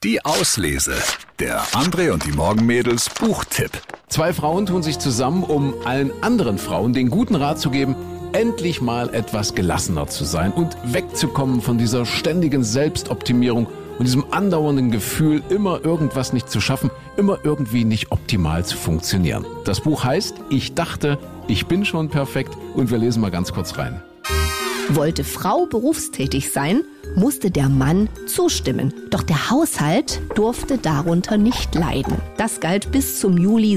Die Auslese. Der André und die Morgenmädels Buchtipp. 2 Frauen tun sich zusammen, um allen anderen Frauen den guten Rat zu geben, endlich mal etwas gelassener zu sein und wegzukommen von dieser ständigen Selbstoptimierung und diesem andauernden Gefühl, immer irgendwas nicht zu schaffen, immer irgendwie nicht optimal zu funktionieren. Das Buch heißt Ich dachte, ich bin schon perfekt, und wir lesen mal ganz kurz rein. Wollte Frau berufstätig sein, musste der Mann zustimmen. Doch der Haushalt durfte darunter nicht leiden. Das galt bis zum Juli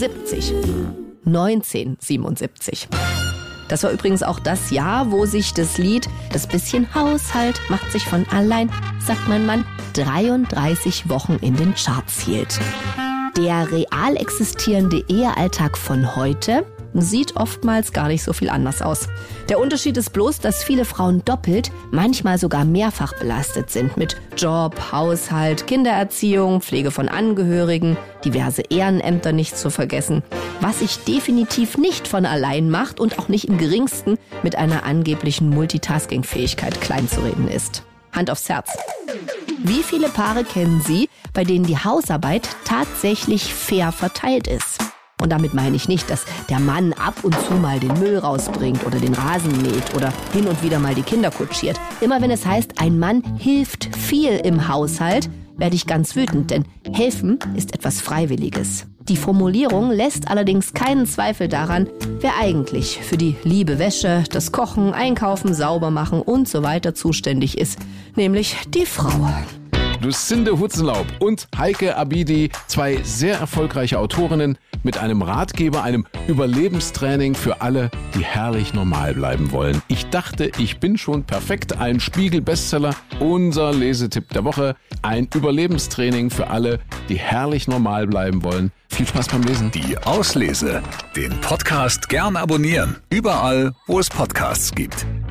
1977. Das war übrigens auch das Jahr, wo sich das Lied Das bisschen Haushalt macht sich von allein, sagt mein Mann, 33 Wochen in den Charts hielt. Der real existierende Ehealltag von heute sieht oftmals gar nicht so viel anders aus. Der Unterschied ist bloß, dass viele Frauen doppelt, manchmal sogar mehrfach belastet sind mit Job, Haushalt, Kindererziehung, Pflege von Angehörigen, diverse Ehrenämter nicht zu vergessen. Was sich definitiv nicht von allein macht und auch nicht im geringsten mit einer angeblichen Multitasking-Fähigkeit kleinzureden ist. Hand aufs Herz. Wie viele Paare kennen Sie, bei denen die Hausarbeit tatsächlich fair verteilt ist? Und damit meine ich nicht, dass der Mann ab und zu mal den Müll rausbringt oder den Rasen mäht oder hin und wieder mal die Kinder kutschiert. Immer wenn es heißt, ein Mann hilft viel im Haushalt, werde ich ganz wütend, denn helfen ist etwas Freiwilliges. Die Formulierung lässt allerdings keinen Zweifel daran, wer eigentlich für die liebe Wäsche, das Kochen, Einkaufen, Saubermachen und so weiter zuständig ist, nämlich die Frau. Lucinde Hutzenlaub und Heike Abidi, 2 sehr erfolgreiche Autorinnen mit einem Ratgeber, einem Überlebenstraining für alle, die herrlich normal bleiben wollen. Ich dachte, ich bin schon perfekt, ein Spiegel-Bestseller, unser Lesetipp der Woche, ein Überlebenstraining für alle, die herrlich normal bleiben wollen. Viel Spaß beim Lesen. Die Auslese. Den Podcast gern abonnieren. Überall, wo es Podcasts gibt.